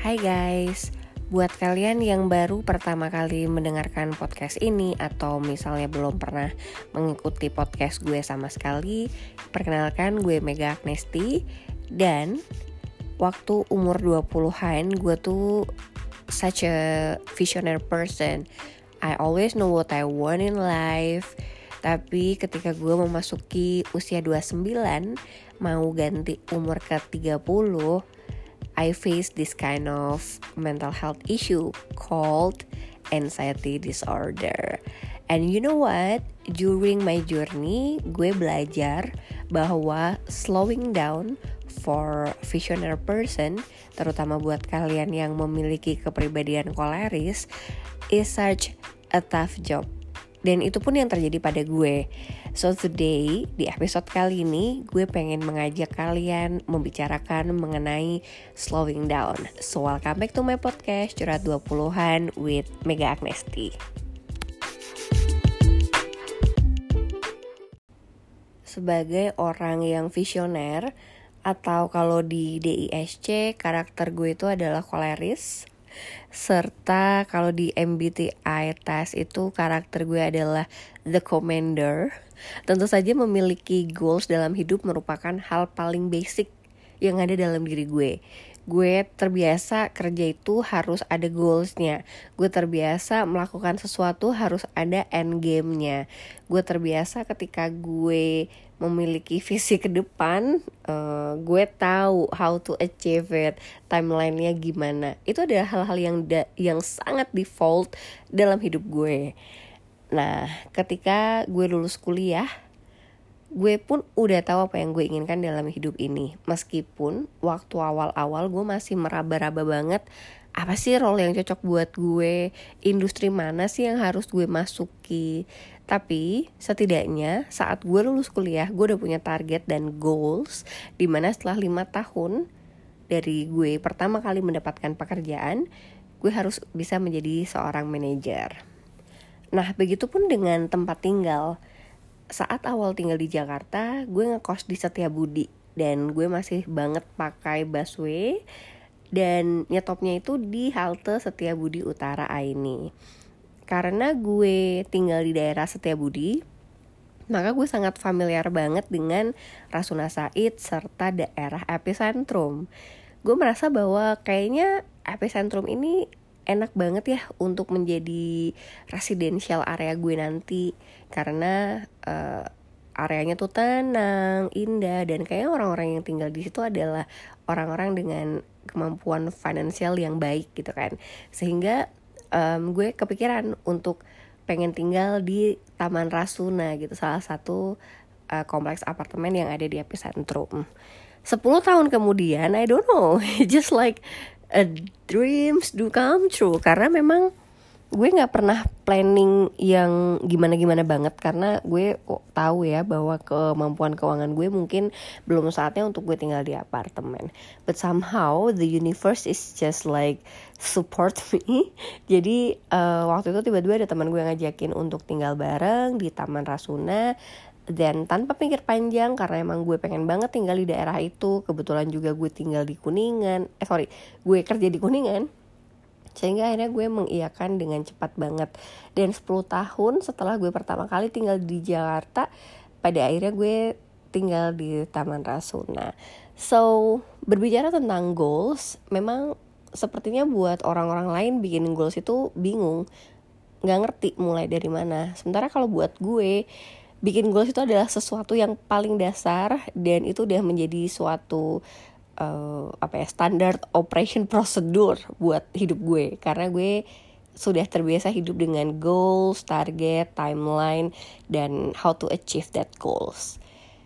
Hai guys, buat kalian yang baru pertama kali mendengarkan podcast ini atau misalnya belum pernah mengikuti podcast gue sama sekali, perkenalkan gue Mega Agnesti. Dan waktu umur 20-an gue tuh such a visionary person. I always know what I want in life. Tapi ketika gue memasuki usia 29, mau ganti umur ke 30, I face this kind of mental health issue called anxiety disorder. And you know what? During my journey, gue belajar bahwa slowing down for visionary person, terutama buat kalian yang memiliki kepribadian koleris, is such a tough job. Dan itu pun yang terjadi pada gue. So today, di episode kali ini, gue pengen mengajak kalian membicarakan mengenai slowing down. So welcome back to my podcast, Curhat 20-an with Mega Agnesti. Sebagai orang yang visioner, atau kalau di DISC, karakter gue itu adalah koleris. Serta kalau di MBTI test itu karakter gue adalah the commander. Tentu saja memiliki goals dalam hidup merupakan hal paling basic yang ada dalam diri gue. Gue terbiasa kerja itu harus ada goalsnya. Gue terbiasa melakukan sesuatu harus ada end game-nya. Gue terbiasa ketika gue memiliki visi ke depan, gue tahu how to achieve it, timeline-nya gimana. Itu adalah hal-hal yang sangat default dalam hidup gue. Nah, ketika gue lulus kuliah, gue pun udah tahu apa yang gue inginkan dalam hidup ini. Meskipun waktu awal-awal gue masih meraba-raba banget, apa sih role yang cocok buat gue, industri mana sih yang harus gue masuki. Tapi setidaknya saat gue lulus kuliah, gue udah punya target dan goals, dimana setelah 5 tahun dari gue pertama kali mendapatkan pekerjaan, gue harus bisa menjadi seorang manajer. Nah, begitupun dengan tempat tinggal. Saat awal tinggal di Jakarta, gue ngekos di Setiabudi. Dan gue masih banget pakai busway. Dan nyetopnya itu di halte Setiabudi Utara Aini. Karena gue tinggal di daerah Setiabudi, maka gue sangat familiar banget dengan Rasuna Said serta daerah epicentrum. Gue merasa bahwa kayaknya epicentrum ini enak banget ya untuk menjadi residential area gue nanti. Karena areanya tuh tenang, indah, dan kayaknya orang-orang yang tinggal di situ adalah orang-orang dengan kemampuan finansial yang baik gitu kan. Sehingga gue kepikiran untuk pengen tinggal di Taman Rasuna gitu, salah satu kompleks apartemen yang ada di epicentrum. 10 tahun kemudian, I don't know, just like dreams do come true. Karena memang gue gak pernah planning yang gimana-gimana banget, karena gue tahu ya bahwa kemampuan keuangan gue mungkin belum saatnya untuk gue tinggal di apartemen. But somehow the universe is just like support me. Jadi waktu itu tiba-tiba ada teman gue ngajakin untuk tinggal bareng di Taman Rasuna. Dan tanpa pikir panjang, karena emang gue pengen banget tinggal di daerah itu. Kebetulan juga gue tinggal di Kuningan. Gue kerja di Kuningan. Sehingga akhirnya gue mengiyakan dengan cepat banget. Dan 10 tahun setelah gue pertama kali tinggal di Jakarta, pada akhirnya gue tinggal di Taman Rasuna. So, berbicara tentang goals, memang sepertinya buat orang-orang lain bikin goals itu bingung, gak ngerti mulai dari mana. Sementara kalau buat gue, bikin goals itu adalah sesuatu yang paling dasar, dan itu udah menjadi suatu standard operation procedure buat hidup gue. Karena gue sudah terbiasa hidup dengan goals, target, timeline, dan how to achieve that goals.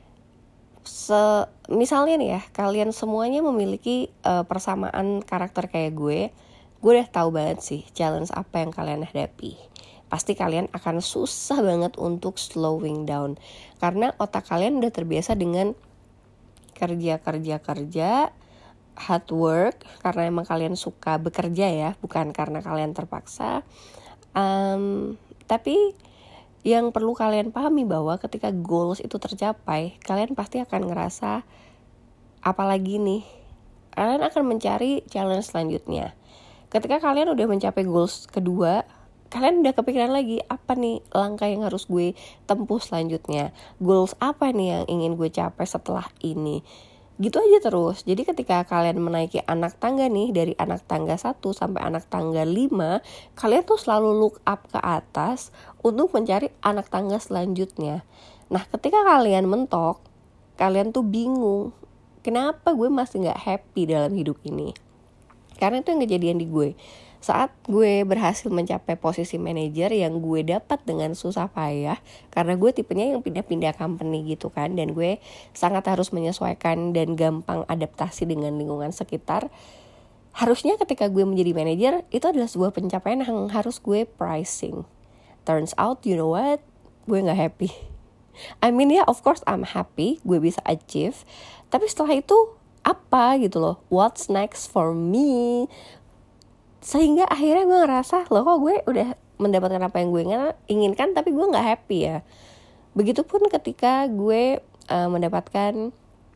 Misalnya nih ya, kalian semuanya memiliki persamaan karakter kayak gue udah tahu banget sih challenge apa yang kalian hadapi. Pasti kalian akan susah banget untuk slowing down, karena otak kalian udah terbiasa dengan kerja, hard work, karena emang kalian suka bekerja ya, bukan karena kalian terpaksa. Tapi yang perlu kalian pahami bahwa ketika goals itu tercapai, kalian pasti akan ngerasa apalagi nih, kalian akan mencari challenge selanjutnya. Ketika kalian udah mencapai goals kedua, kalian udah kepikiran lagi, apa nih langkah yang harus gue tempuh selanjutnya, goals apa nih yang ingin gue capai setelah ini. Gitu aja terus. Jadi ketika kalian menaiki anak tangga nih, dari anak tangga 1 sampai anak tangga 5, kalian tuh selalu look up ke atas untuk mencari anak tangga selanjutnya. Nah, ketika kalian mentok, kalian tuh bingung, kenapa gue masih gak happy dalam hidup ini. Karena itu yang kejadian di gue. Saat gue berhasil mencapai posisi manajer yang gue dapat dengan susah payah, karena gue tipenya yang pindah-pindah company gitu kan, dan gue sangat harus menyesuaikan dan gampang adaptasi dengan lingkungan sekitar. Harusnya ketika gue menjadi manajer, itu adalah sebuah pencapaian yang harus gue pricing. Turns out, you know what? Gue gak happy. I mean ya, of course I'm happy, gue bisa achieve. Tapi setelah itu, apa gitu loh? What's next for me? Sehingga akhirnya gue ngerasa, loh kok gue udah mendapatkan apa yang gue inginkan, tapi gue gak happy ya. Begitupun ketika gue mendapatkan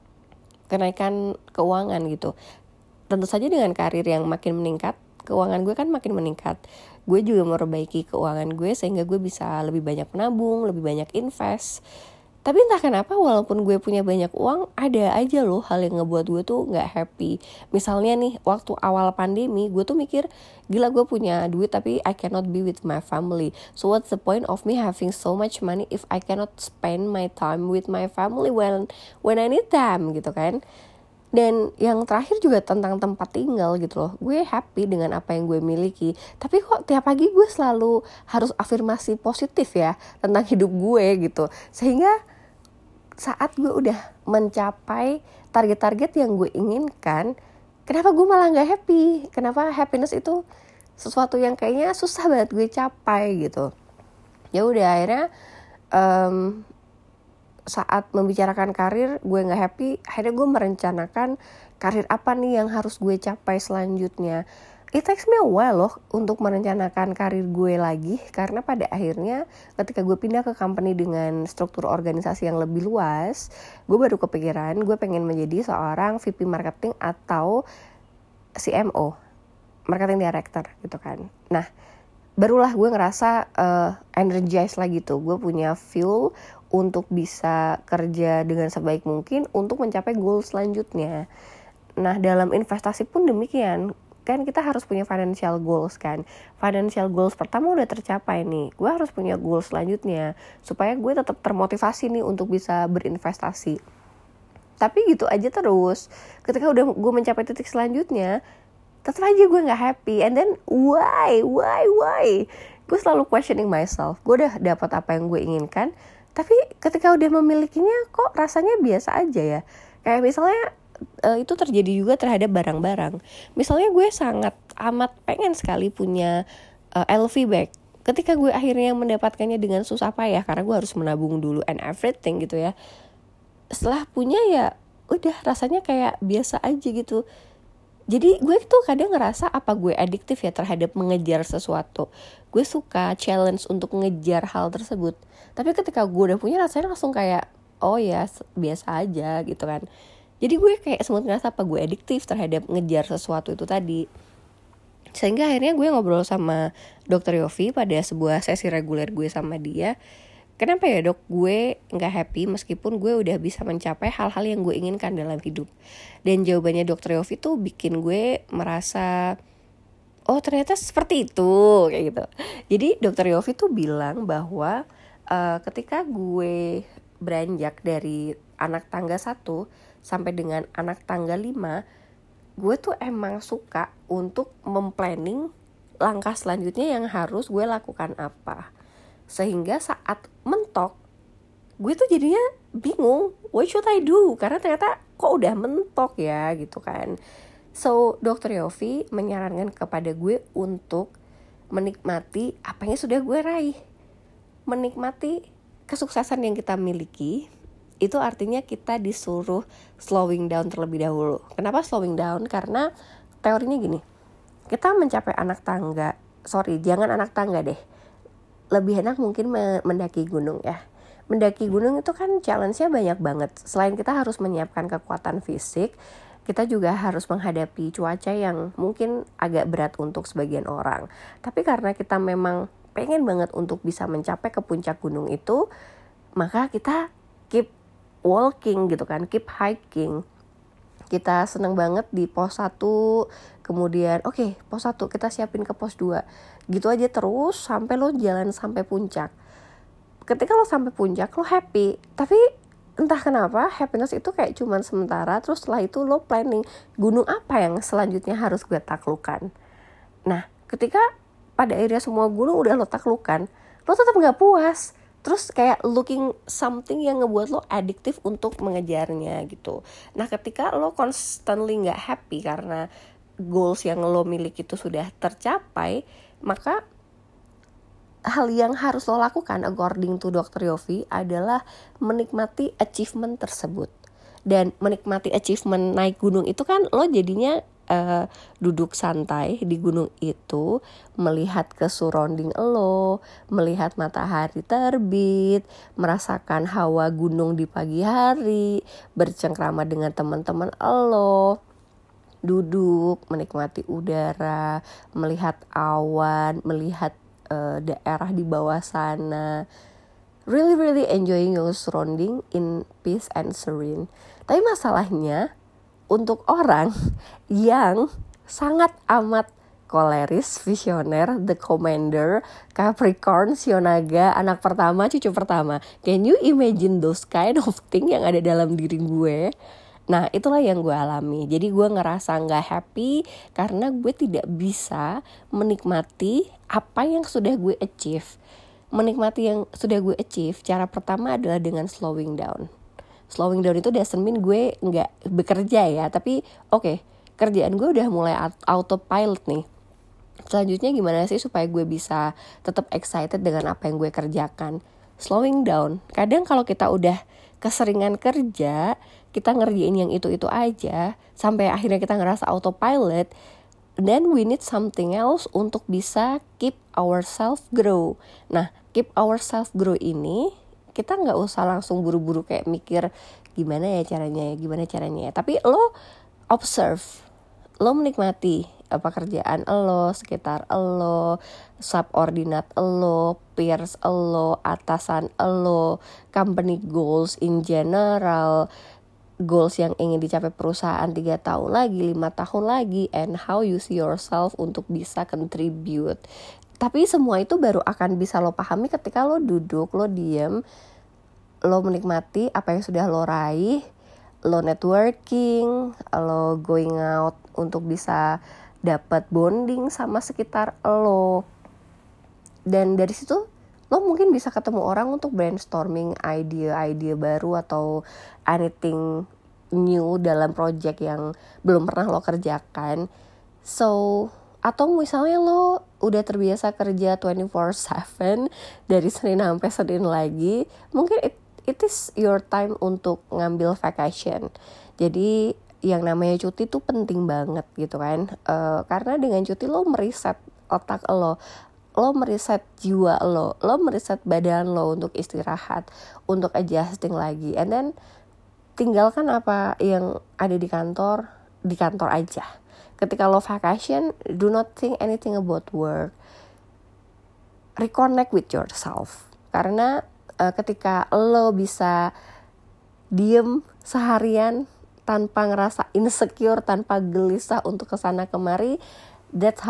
kenaikan keuangan gitu. Tentu saja dengan karir yang makin meningkat, keuangan gue kan makin meningkat. Gue juga memperbaiki keuangan gue sehingga gue bisa lebih banyak menabung, lebih banyak invest. Tapi entah kenapa walaupun gue punya banyak uang, ada aja loh hal yang ngebuat gue tuh gak happy. Misalnya nih, waktu awal pandemi, gue tuh mikir, gila gue punya duit tapi I cannot be with my family. So what's the point of me having so much money if I cannot spend my time with my family when I need them gitu kan. Dan yang terakhir juga tentang tempat tinggal gitu loh. Gue happy dengan apa yang gue miliki, tapi kok tiap pagi gue selalu harus afirmasi positif ya tentang hidup gue gitu. Sehingga saat gue udah mencapai target-target yang gue inginkan, kenapa gue malah gak happy? Kenapa happiness itu sesuatu yang kayaknya susah banget gue capai gitu. Ya udah akhirnya saat membicarakan karir gue gak happy, akhirnya gue merencanakan karir apa nih yang harus gue capai selanjutnya. It takes me a while loh untuk merencanakan karir gue lagi, karena pada akhirnya ketika gue pindah ke company dengan struktur organisasi yang lebih luas, gue baru kepikiran gue pengen menjadi seorang VP marketing atau CMO, marketing director gitu kan. Nah, barulah gue ngerasa energized lagi tuh, gue punya fuel untuk bisa kerja dengan sebaik mungkin untuk mencapai goal selanjutnya. Nah, dalam investasi pun demikian. Kan kita harus punya financial goals kan. Financial goals pertama udah tercapai nih, gue harus punya goals selanjutnya supaya gue tetap termotivasi nih untuk bisa berinvestasi. Tapi gitu aja terus, ketika udah gue mencapai titik selanjutnya, tetap aja gue gak happy. And then why? Gue selalu questioning myself. Gue udah dapat apa yang gue inginkan, tapi ketika udah memilikinya kok rasanya biasa aja ya. Kayak misalnya itu terjadi juga terhadap barang-barang. Misalnya gue sangat amat pengen sekali punya LV bag. Ketika gue akhirnya mendapatkannya dengan susah payah, karena gue harus menabung dulu and everything gitu ya. Setelah punya ya udah rasanya kayak biasa aja gitu. Jadi gue tuh kadang ngerasa apa gue adiktif ya terhadap mengejar sesuatu. Gue suka challenge untuk ngejar hal tersebut. Tapi ketika gue udah punya rasanya langsung kayak oh ya biasa aja gitu kan. Jadi gue kayak sempat ngerasa apa gue adiktif terhadap ngejar sesuatu itu tadi. Sehingga akhirnya gue ngobrol sama Dr. Yofi pada sebuah sesi reguler gue sama dia. Kenapa ya dok gue gak happy meskipun gue udah bisa mencapai hal-hal yang gue inginkan dalam hidup. Dan jawabannya Dr. Yofi tuh bikin gue merasa oh ternyata seperti itu kayak gitu. Jadi Dr. Yofi tuh bilang bahwa ketika gue beranjak dari anak tangga 1 sampai dengan anak tangga 5, gue tuh emang suka untuk memplanning langkah selanjutnya yang harus gue lakukan apa. Sehingga saat mentok, gue tuh jadinya bingung, what should I do? Karena ternyata kok udah mentok ya gitu kan. So, Dr. Yofi menyarankan kepada gue untuk menikmati apa yang sudah gue raih. Menikmati kesuksesan yang kita miliki. Itu artinya kita disuruh slowing down terlebih dahulu. Kenapa slowing down? Karena teorinya gini, kita mencapai jangan anak tangga deh. Lebih enak mungkin mendaki gunung ya. Mendaki gunung itu kan challenge-nya banyak banget. Selain kita harus menyiapkan kekuatan fisik, kita juga harus menghadapi cuaca yang mungkin agak berat untuk sebagian orang. Tapi karena kita memang pengen banget untuk bisa mencapai ke puncak gunung itu, maka kita keep walking gitu kan, keep hiking. Kita seneng banget di pos 1, kemudian oke, pos 1 kita siapin ke pos 2. Gitu aja terus sampai lo jalan sampai puncak. Ketika lo sampai puncak, lo happy. Tapi entah kenapa happiness itu kayak cuman sementara. Terus setelah itu lo planning gunung apa yang selanjutnya harus gue taklukkan. Nah, ketika pada akhirnya semua gunung udah lo taklukkan, lo tetap gak puas. Terus kayak looking something yang ngebuat lo adiktif untuk mengejarnya gitu. Nah, ketika lo constantly gak happy karena goals yang lo miliki itu sudah tercapai, maka hal yang harus lo lakukan according to Dr. Yofi adalah menikmati achievement tersebut. Dan menikmati achievement naik gunung itu kan lo jadinya duduk santai di gunung itu, melihat ke surrounding lo, melihat matahari terbit, merasakan hawa gunung di pagi hari, bercengkrama dengan teman-teman lo, duduk menikmati udara, melihat awan, melihat daerah di bawah sana, really enjoying your surrounding in peace and serene. Tapi masalahnya untuk orang yang sangat amat koleris, visioner, the commander, Capricorn, Sionaga, anak pertama, cucu pertama, can you imagine those kind of thing yang ada dalam diri gue? Nah, itulah yang gue alami. Jadi gue ngerasa gak happy karena gue tidak bisa menikmati apa yang sudah gue achieve. Menikmati yang sudah gue achieve, cara pertama adalah dengan slowing down. Slowing down itu doesn't mean gue gak bekerja ya, tapi oke, kerjaan gue udah mulai autopilot nih. Selanjutnya gimana sih supaya gue bisa tetap excited dengan apa yang gue kerjakan? Slowing down. Kadang kalau kita udah keseringan kerja, kita ngerjain yang itu-itu aja, sampai akhirnya kita ngerasa autopilot, then we need something else untuk bisa keep ourselves grow. Nah, keep ourselves grow ini, kita gak usah langsung buru-buru kayak mikir gimana caranya. Tapi lo observe, lo menikmati pekerjaan lo, sekitar lo, subordinat lo, peers lo, atasan lo, company goals in general, goals yang ingin dicapai perusahaan 3 tahun lagi, 5 tahun lagi, and how you see yourself untuk bisa contribute. Tapi semua itu baru akan bisa lo pahami ketika lo duduk, lo diem, lo menikmati apa yang sudah lo raih, lo networking, lo going out untuk bisa dapat bonding sama sekitar lo. Dan dari situ lo mungkin bisa ketemu orang untuk brainstorming ide-ide baru atau anything new dalam project yang belum pernah lo kerjakan. So, atau misalnya lo udah terbiasa kerja 24/7 dari Senin sampai Senin lagi, mungkin it is your time untuk ngambil vacation. Jadi yang namanya cuti tuh penting banget gitu kan, karena dengan cuti lo meriset otak lo meriset jiwa lo meriset badan lo untuk istirahat, untuk adjusting lagi, and then tinggalkan apa yang ada di kantor aja. Ketika lo vacation, do not think anything about work, reconnect with yourself. Karena ketika lo bisa diem seharian tanpa ngerasa insecure, tanpa gelisah untuk kesana kemari, that's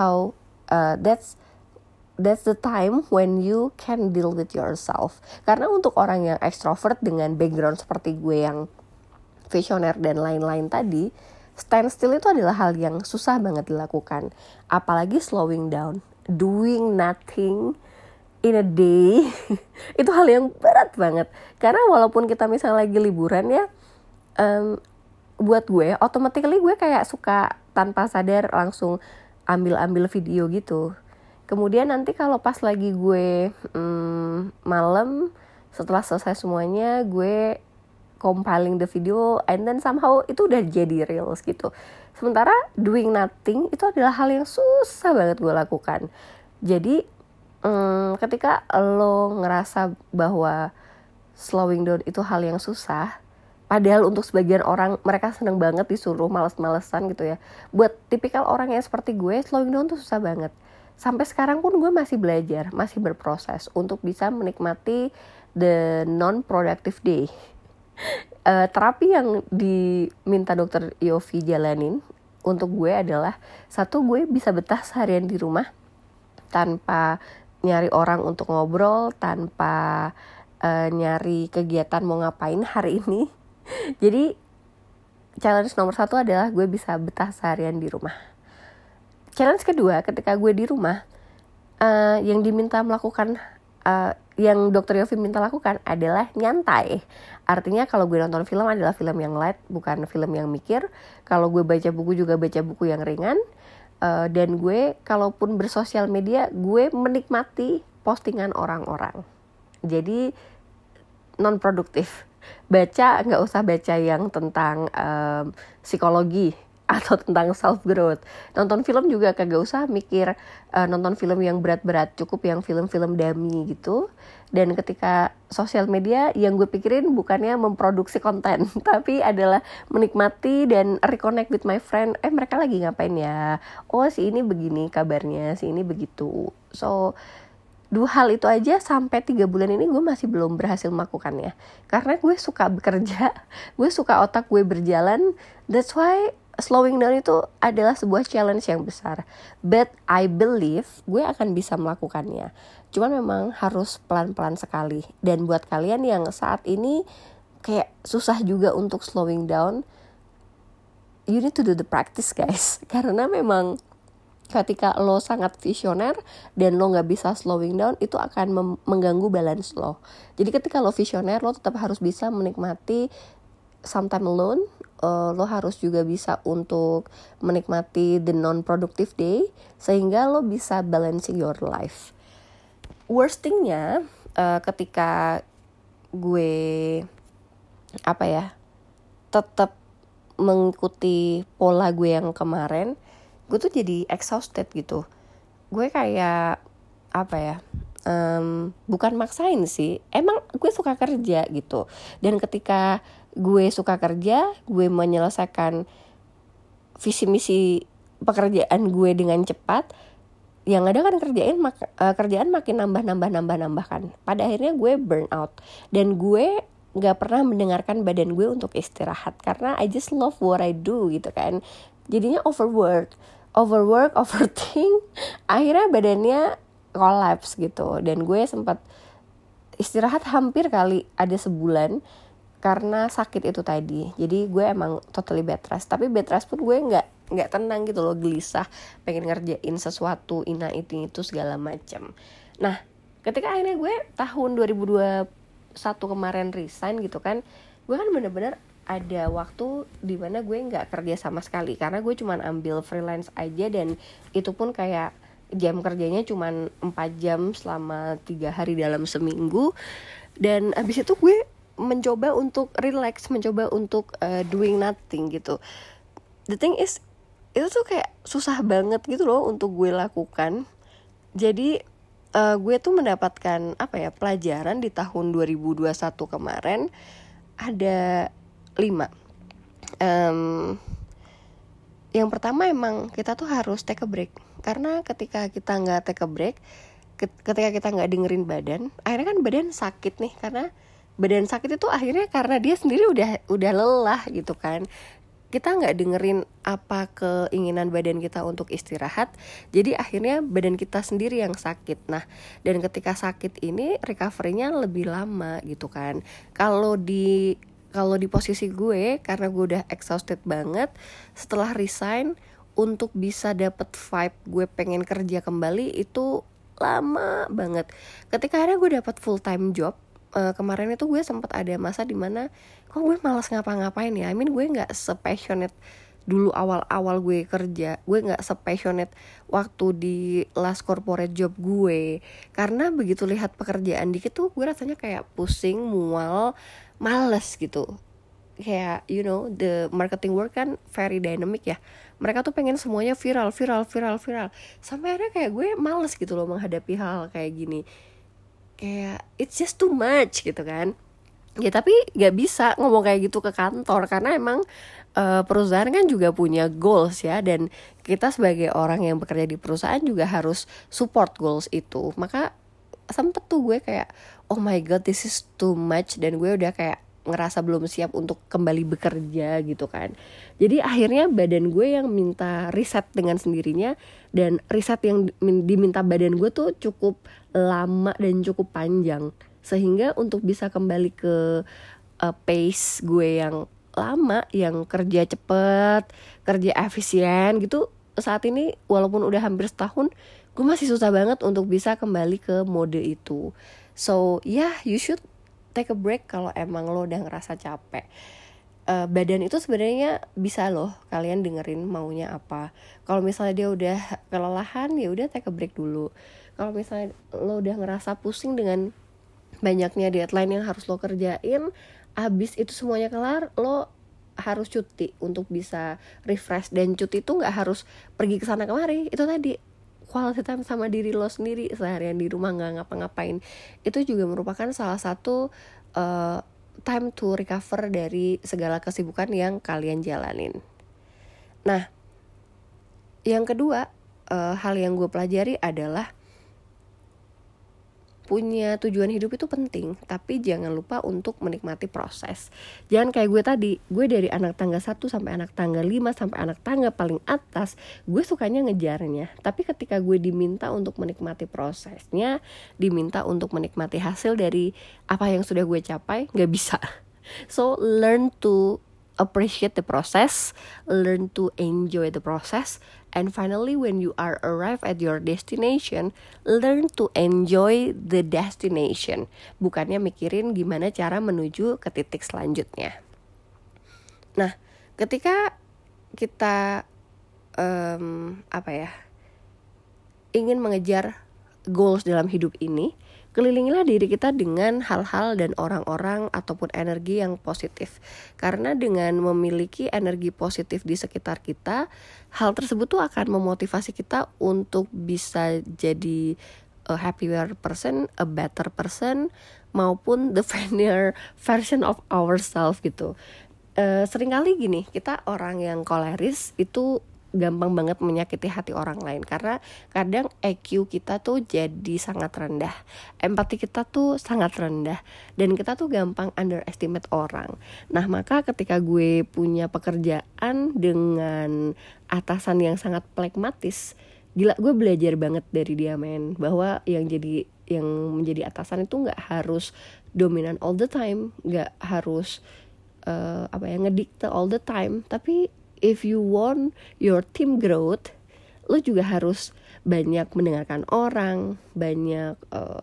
the time when you can deal with yourself. Karena untuk orang yang extrovert dengan background seperti gue yang visioner dan lain-lain tadi, stand still itu adalah hal yang susah banget dilakukan. Apalagi slowing down, doing nothing in a day itu hal yang berat banget. Karena walaupun kita misalnya lagi liburan ya, buat gue, automatically gue kayak suka tanpa sadar langsung ambil video gitu. Kemudian nanti kalau pas lagi gue malam, setelah selesai semuanya, gue compiling the video, and then somehow itu udah jadi reels gitu. Sementara doing nothing itu adalah hal yang susah banget gue lakukan. Jadi ketika lo ngerasa bahwa slowing down itu hal yang susah, Padahal untuk sebagian orang mereka seneng banget disuruh males-malesan gitu ya. Buat tipikal orang yang seperti gue, slowing down tuh susah banget. Sampai sekarang pun gue masih belajar, masih berproses untuk bisa menikmati the non-productive day. Terapi yang diminta dokter Yofi jalanin untuk gue adalah, satu, gue bisa betah seharian di rumah tanpa nyari orang untuk ngobrol, tanpa nyari kegiatan mau ngapain hari ini. Jadi challenge nomor 1 adalah gue bisa betah seharian di rumah. Challenge kedua, ketika gue di rumah, yang diminta melakukan, yang dokter Yofi minta lakukan adalah nyantai. Artinya kalau gue nonton film adalah film yang light, bukan film yang mikir. Kalau gue baca buku juga baca buku yang ringan. Dan gue kalaupun bersosial media, gue menikmati postingan orang-orang. Jadi non produktif. Baca nggak usah baca yang tentang psikologi atau tentang self growth. Nonton film juga kagak usah mikir nonton film yang berat-berat, cukup yang film-film dummy gitu. Dan ketika sosial media, yang gue pikirin bukannya memproduksi konten, tapi adalah menikmati dan reconnect with my friend. Mereka lagi ngapain ya? Oh, si ini begini kabarnya, si ini begitu. So 2 hal itu aja sampai 3 bulan ini gue masih belum berhasil melakukannya. Karena gue suka bekerja, gue suka otak gue berjalan. That's why slowing down itu adalah sebuah challenge yang besar. But I believe gue akan bisa melakukannya. Cuman memang harus pelan-pelan sekali. Dan buat kalian yang saat ini kayak susah juga untuk slowing down, you need to do the practice guys. Karena memang ketika lo sangat visioner dan lo gak bisa slowing down, itu akan mengganggu balance lo. Jadi ketika lo visioner, lo tetap harus bisa menikmati sometime alone. Lo harus juga bisa untuk menikmati the non-productive day, sehingga lo bisa balancing your life. Worst thingnya, ketika gue tetap mengikuti pola gue yang kemarin, gue tuh jadi exhausted gitu. Gue kayak bukan maksain sih, emang gue suka kerja gitu. Dan ketika gue suka kerja, gue menyelesaikan visi misi pekerjaan gue dengan cepat, yang ada kan kerjaan makin nambah kan. Pada akhirnya gue burn out, dan gue gak pernah mendengarkan badan gue untuk istirahat, karena I just love what I do gitu kan. Jadinya overthink, akhirnya badannya collapse gitu. Dan gue sempat istirahat hampir kali ada sebulan karena sakit itu tadi. Jadi gue emang totally bed rest. Tapi bed rest pun gue nggak tenang gitu loh, gelisah, pengen ngerjain sesuatu, itu segala macam. Nah, ketika akhirnya gue tahun 2021 kemarin resign gitu kan, gue kan bener-bener ada waktu dimana gue nggak kerja sama sekali, karena gue cuman ambil freelance aja, dan itu pun kayak jam kerjanya cuman 4 jam selama 3 hari dalam seminggu. Dan abis itu gue mencoba untuk relax, mencoba untuk doing nothing gitu. The thing is, itu tuh kayak susah banget gitu loh untuk gue lakukan. Jadi gue tuh mendapatkan pelajaran di tahun 2021 kemarin ada 5. Yang pertama, emang kita tuh harus take a break. Karena ketika kita gak take a break, ketika kita gak dengerin badan, akhirnya kan badan sakit nih. Karena badan sakit itu akhirnya karena dia sendiri udah lelah gitu kan. Kita gak dengerin apa keinginan badan kita untuk istirahat, jadi akhirnya badan kita sendiri yang sakit. Nah, dan ketika sakit ini recovery-nya lebih lama gitu kan. Kalau di posisi gue, karena gue udah exhausted banget setelah resign, untuk bisa dapet vibe gue pengen kerja kembali itu lama banget. Ketika akhirnya gue dapet full time job, kemarin itu gue sempat ada masa dimana kok gue malas ngapa-ngapain ya. Gue nggak se-passionate dulu awal-awal gue kerja. Gue nggak se-passionate waktu di last corporate job gue, karena begitu lihat pekerjaan dikit tuh gue rasanya kayak pusing, mual, males gitu. Kayak the marketing work kan very dynamic ya. Mereka tuh pengen semuanya viral. Sampai akhirnya kayak gue males gitu loh menghadapi hal kayak gini. Kayak it's just too much gitu kan. Ya tapi gak bisa ngomong kayak gitu ke kantor, karena emang perusahaan kan juga punya goals ya, dan kita sebagai orang yang bekerja di perusahaan juga harus support goals itu. Maka sempet tuh gue kayak, oh my god, this is too much, dan gue udah kayak ngerasa belum siap untuk kembali bekerja gitu kan. Jadi akhirnya badan gue yang minta reset dengan sendirinya, dan reset yang diminta badan gue tuh cukup lama dan cukup panjang, sehingga untuk bisa kembali ke pace gue yang lama, yang kerja cepet, kerja efisien gitu, saat ini walaupun udah hampir setahun, gue masih susah banget untuk bisa kembali ke mode itu. So yeah, you should take a break kalau emang lo udah ngerasa capek. Badan itu sebenarnya bisa loh kalian dengerin maunya apa. Kalau misalnya dia udah kelelahan, ya udah take a break dulu. Kalau misalnya lo udah ngerasa pusing dengan banyaknya deadline yang harus lo kerjain, abis itu semuanya kelar, lo harus cuti untuk bisa refresh. Dan cuti itu nggak harus pergi ke sana kemari, itu tadi quality time sama diri lo sendiri, seharian di rumah nggak ngapa-ngapain, itu juga merupakan salah satu time to recover dari segala kesibukan yang kalian jalanin. Nah, yang kedua, hal yang gue pelajari adalah punya tujuan hidup itu penting, tapi jangan lupa untuk menikmati proses. Jangan kayak gue tadi, gue dari anak tangga 1 sampai anak tangga 5 sampai anak tangga paling atas, gue sukanya ngejarnya. Tapi ketika gue diminta untuk menikmati prosesnya, diminta untuk menikmati hasil dari apa yang sudah gue capai, gak bisa. So learn to appreciate the process, learn to enjoy the process, and finally when you are arrive at your destination, learn to enjoy the destination. Bukannya mikirin gimana cara menuju ke titik selanjutnya. Nah, ketika kita ingin mengejar goals dalam hidup ini, kelilingilah diri kita dengan hal-hal dan orang-orang ataupun energi yang positif. Karena dengan memiliki energi positif di sekitar kita, hal tersebut tuh akan memotivasi kita untuk bisa jadi a happier person, a better person, maupun the funnier version of ourselves gitu. Seringkali gini, kita orang yang koleris itu gampang banget menyakiti hati orang lain, karena kadang EQ kita tuh jadi sangat rendah, empati kita tuh sangat rendah, dan kita tuh gampang underestimate orang. Nah, maka ketika gue punya pekerjaan dengan atasan yang sangat pragmatis, gila, gue belajar banget dari dia, men, bahwa yang menjadi atasan itu nggak harus dominan all the time, nggak harus ngedikte all the time, tapi if you want your team growth, lo juga harus banyak mendengarkan orang, banyak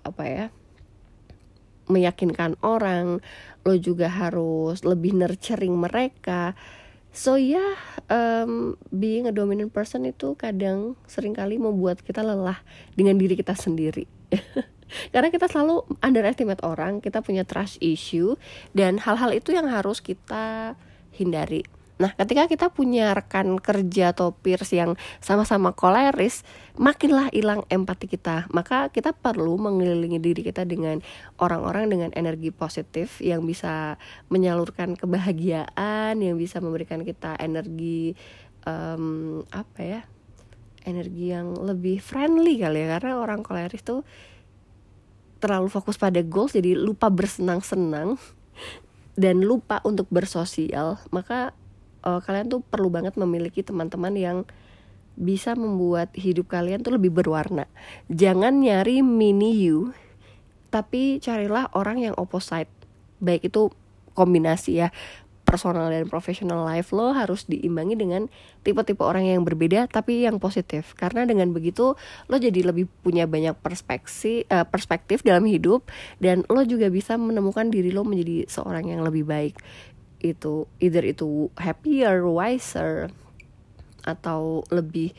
meyakinkan orang. Lo juga harus lebih nurturing mereka. So being a dominant person itu kadang seringkali membuat kita lelah dengan diri kita sendiri. Karena kita selalu underestimate orang, kita punya trust issue, dan hal-hal itu yang harus kita hindari. Nah, ketika kita punya rekan kerja atau peers yang sama-sama koleris, makinlah hilang empati kita. Maka kita perlu mengelilingi diri kita dengan orang-orang dengan energi positif yang bisa menyalurkan kebahagiaan, yang bisa memberikan kita energi energi yang lebih friendly kali ya. Karena orang koleris tuh terlalu fokus pada goals, jadi lupa bersenang-senang dan lupa untuk bersosial. Maka kalian tuh perlu banget memiliki teman-teman yang bisa membuat hidup kalian tuh lebih berwarna. Jangan nyari mini you, tapi carilah orang yang opposite. Baik itu kombinasi ya, personal dan professional life lo harus diimbangi dengan tipe-tipe orang yang berbeda tapi yang positif. Karena dengan begitu lo jadi lebih punya banyak perspektif dalam hidup, dan lo juga bisa menemukan diri lo menjadi seorang yang lebih baik. Itu either itu happier, wiser, atau lebih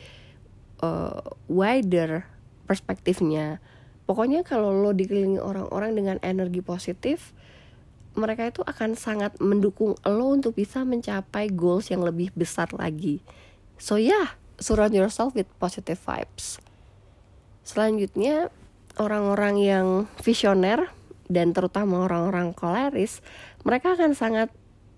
wider perspektifnya. Pokoknya kalau lo dikelilingi orang-orang dengan energi positif, mereka itu akan sangat mendukung lo untuk bisa mencapai goals yang lebih besar lagi. So surround yourself with positive vibes. Selanjutnya, orang-orang yang visioner dan terutama orang-orang koleris, mereka akan sangat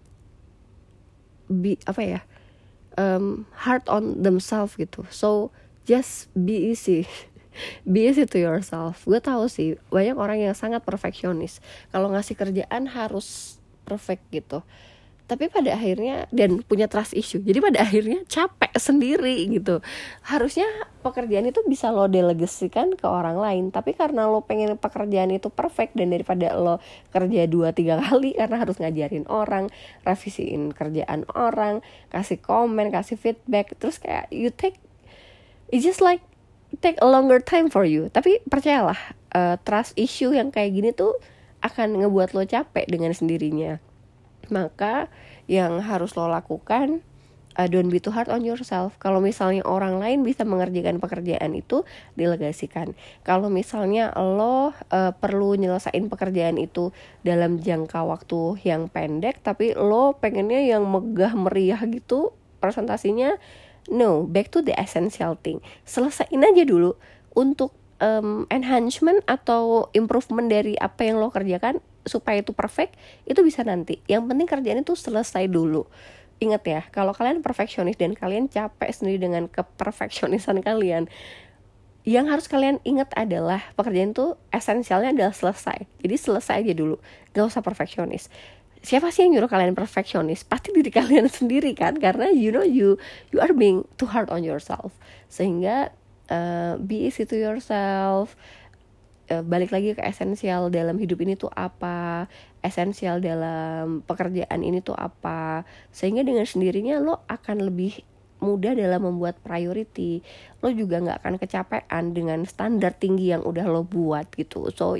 hard on themselves gitu. So just be easy. Be easy to yourself. Gue tahu sih banyak orang yang sangat perfeksionis. Kalau ngasih kerjaan harus perfect gitu. Tapi pada akhirnya, dan punya trust issue, jadi pada akhirnya capek sendiri gitu. Harusnya pekerjaan itu bisa lo delegasikan ke orang lain, tapi karena lo pengen pekerjaan itu perfect, dan daripada lo kerja 2-3 kali karena harus ngajarin orang, revisiin kerjaan orang, kasih komen, kasih feedback, terus kayak it's just like take a longer time for you. Tapi percayalah, trust issue yang kayak gini tuh akan ngebuat lo capek dengan sendirinya. Maka yang harus lo lakukan, don't be too hard on yourself. Kalau misalnya orang lain bisa mengerjakan pekerjaan itu, delegasikan. Kalau misalnya lo perlu nyelesain pekerjaan itu dalam jangka waktu yang pendek, tapi lo pengennya yang megah meriah gitu presentasinya, no, back to the essential thing. Selesain aja dulu. Untuk enhancement atau improvement dari apa yang lo kerjakan supaya itu perfect, itu bisa nanti. Yang penting kerjaan itu selesai dulu. Ingat ya, kalau kalian perfeksionis dan kalian capek sendiri dengan keperfeksionisan kalian, yang harus kalian ingat adalah pekerjaan itu esensialnya adalah selesai. Jadi selesai aja dulu, gak usah perfeksionis. Siapa sih yang nyuruh kalian perfeksionis? Pasti diri kalian sendiri kan, karena you are being too hard on yourself. Sehingga be easy to yourself. Balik lagi ke esensial dalam hidup ini tuh apa, esensial dalam pekerjaan ini tuh apa, sehingga dengan sendirinya lo akan lebih mudah dalam membuat priority. Lo juga gak akan kecapean dengan standar tinggi yang udah lo buat gitu. So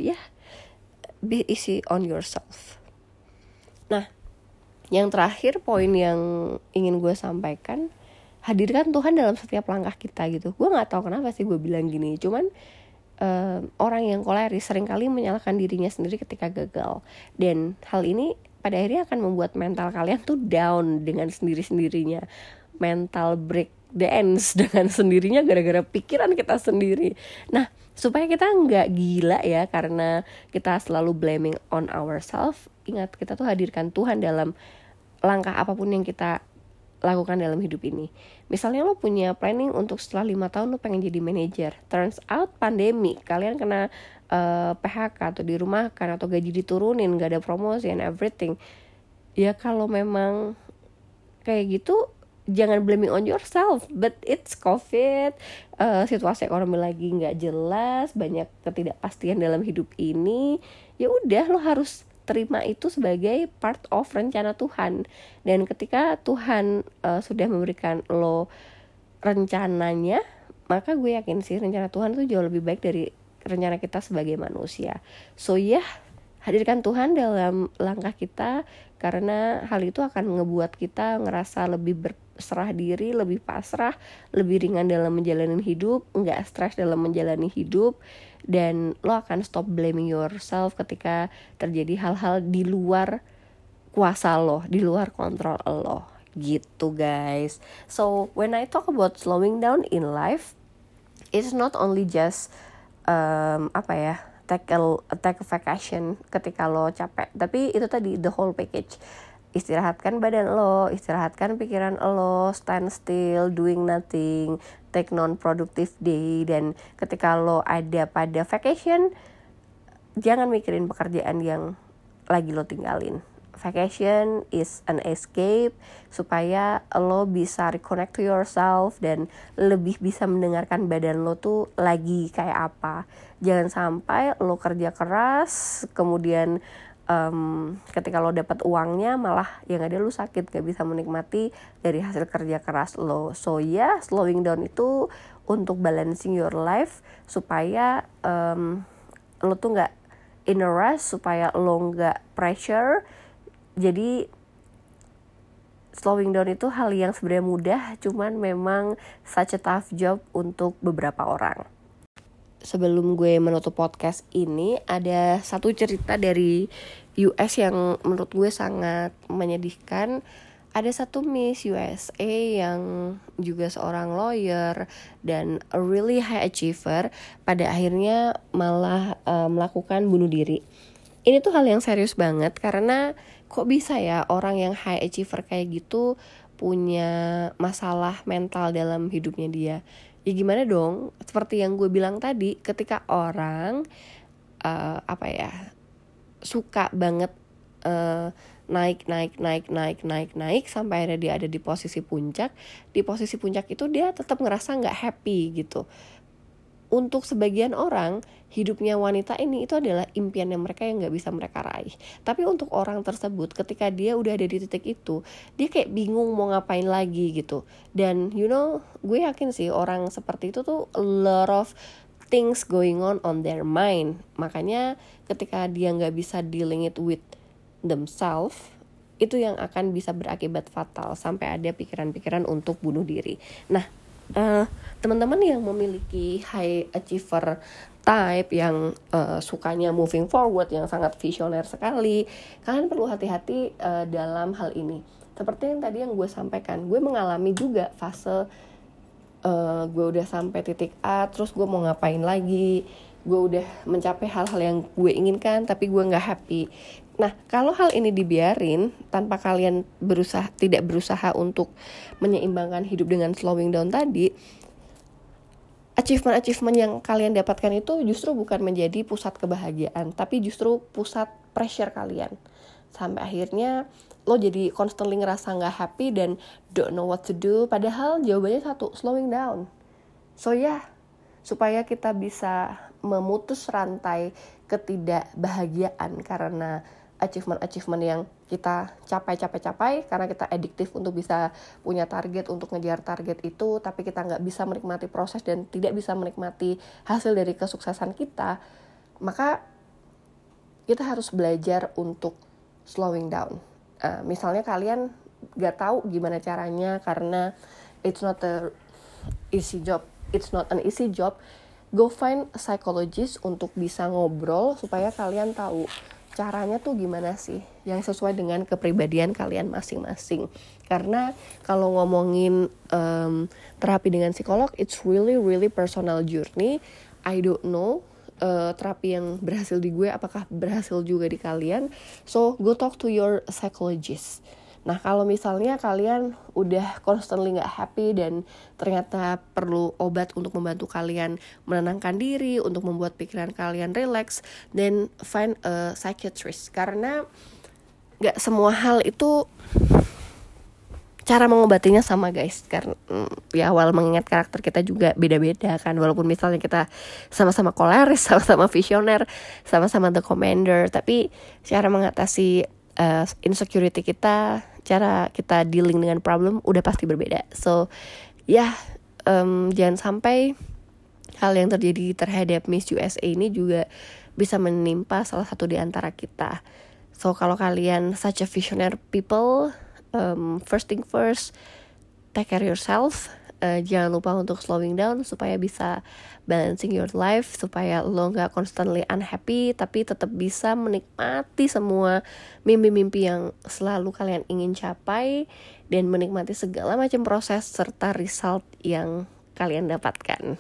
be easy on yourself. Nah, yang terakhir, poin yang ingin gue sampaikan, hadirkan Tuhan dalam setiap langkah kita gitu. Gue gak tahu kenapa sih gue bilang gini, cuman orang yang koleris seringkali menyalahkan dirinya sendiri ketika gagal, dan hal ini pada akhirnya akan membuat mental kalian tuh down dengan sendiri-sendirinya, mental break dance dengan sendirinya gara-gara pikiran kita sendiri. Nah, supaya kita nggak gila ya karena kita selalu blaming on ourselves, ingat, kita tuh hadirkan Tuhan dalam langkah apapun yang kita lakukan dalam hidup ini. Misalnya lo punya planning untuk setelah 5 tahun lo pengen jadi manajer, turns out pandemi, kalian kena PHK atau dirumahkan atau gaji diturunin, gak ada promosi and everything. Ya kalau memang kayak gitu, jangan blaming on yourself, but it's COVID, situasi ekonomi lagi gak jelas, banyak ketidakpastian dalam hidup ini. Ya udah, lo harus terima itu sebagai part of rencana Tuhan. Dan ketika Tuhan sudah memberikan lo rencananya, maka gue yakin sih rencana Tuhan itu jauh lebih baik dari rencana kita sebagai manusia. So hadirkan Tuhan dalam langkah kita, karena hal itu akan ngebuat kita ngerasa lebih berserah diri, lebih pasrah, lebih ringan dalam menjalani hidup, nggak stres dalam menjalani hidup. Dan lo akan stop blaming yourself ketika terjadi hal-hal di luar kuasa lo, di luar kontrol lo, gitu guys. So when I talk about slowing down in life, it's not only just take a vacation ketika lo capek, tapi itu tadi the whole package. Istirahatkan badan lo, istirahatkan pikiran lo, stand still, doing nothing, take non-productive day. Dan ketika lo ada pada vacation, jangan mikirin pekerjaan yang lagi lo tinggalin. Vacation is an escape supaya lo bisa reconnect to yourself dan lebih bisa mendengarkan badan lo tuh lagi kayak apa. Jangan sampai lo kerja keras, kemudian ketika lo dapat uangnya malah yang ada lo sakit, gak bisa menikmati dari hasil kerja keras lo. So slowing down itu untuk balancing your life supaya lo tuh gak in a rush, supaya lo gak pressure. Jadi slowing down itu hal yang sebenarnya mudah, cuman memang such a tough job untuk beberapa orang. Sebelum gue menutup podcast ini, ada satu cerita dari US yang menurut gue sangat menyedihkan. Ada satu Miss USA yang juga seorang lawyer dan a really high achiever, pada akhirnya malah melakukan bunuh diri. Ini tuh hal yang serius banget, karena kok bisa ya orang yang high achiever kayak gitu punya masalah mental dalam hidupnya dia. Ya gimana dong, seperti yang gue bilang tadi, ketika orang suka banget naik sampai akhirnya dia ada di posisi puncak. Di posisi puncak itu dia tetap ngerasa nggak happy gitu. Untuk sebagian orang, hidupnya wanita ini itu adalah impian yang mereka yang nggak bisa mereka raih. Tapi untuk orang tersebut, ketika dia udah ada di titik itu, dia kayak bingung mau ngapain lagi gitu. Dan gue yakin sih orang seperti itu tuh a lot of things going on their mind. Makanya ketika dia nggak bisa dealing it with themselves, itu yang akan bisa berakibat fatal sampai ada pikiran-pikiran untuk bunuh diri. Nah, teman-teman yang memiliki high achiever type yang sukanya moving forward, yang sangat visioner sekali, kalian perlu hati-hati dalam hal ini. Seperti yang tadi yang gue sampaikan, gue mengalami juga fase gue udah sampai titik A, terus gue mau ngapain lagi, gue udah mencapai hal-hal yang gue inginkan tapi gue gak happy. Nah, kalau hal ini dibiarin tanpa kalian tidak berusaha untuk menyeimbangkan hidup dengan slowing down tadi, achievement yang kalian dapatkan itu justru bukan menjadi pusat kebahagiaan, tapi justru pusat pressure kalian. Sampai akhirnya lo jadi constantly ngerasa gak happy dan don't know what to do, padahal jawabannya satu, slowing down. So supaya kita bisa memutus rantai ketidakbahagiaan karena achievement yang kita capai karena kita adiktif untuk bisa punya target, untuk ngejar target itu, tapi kita nggak bisa menikmati proses dan tidak bisa menikmati hasil dari kesuksesan kita, maka kita harus belajar untuk slowing down. Misalnya kalian nggak tahu gimana caranya karena it's not an easy job, go find a psychologist untuk bisa ngobrol supaya kalian tahu caranya tuh gimana sih yang sesuai dengan kepribadian kalian masing-masing. Karena kalau ngomongin terapi dengan psikolog, it's really personal journey. I don't know terapi yang berhasil di gue apakah berhasil juga di kalian. So go talk to your psychologist. Nah, kalau misalnya kalian udah constantly gak happy dan ternyata perlu obat untuk membantu kalian menenangkan diri, untuk membuat pikiran kalian relax, then find a psychiatrist. Karena gak semua hal itu cara mengobatinya sama, guys. Karena ya awal mengingat karakter kita juga beda-beda kan. Walaupun misalnya kita sama-sama koleris, sama-sama visioner, sama-sama the commander, tapi cara mengatasi insecurity kita, cara kita dealing dengan problem udah pasti berbeda. So jangan sampai hal yang terjadi terhadap Miss USA ini juga bisa menimpa salah satu di antara kita. So kalau kalian such a visionary people, first thing first, take care yourself. Jangan lupa untuk slowing down supaya bisa balancing your life, supaya lo gak constantly unhappy tapi tetap bisa menikmati semua mimpi-mimpi yang selalu kalian ingin capai dan menikmati segala macam proses serta result yang kalian dapatkan.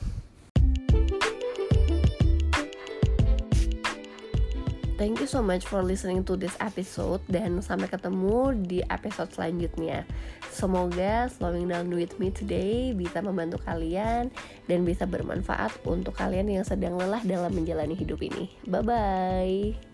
Thank you so much for listening to this episode, dan sampai ketemu di episode selanjutnya. Semoga Slowing Down With Me Today bisa membantu kalian dan bisa bermanfaat untuk kalian yang sedang lelah dalam menjalani hidup ini. Bye-bye.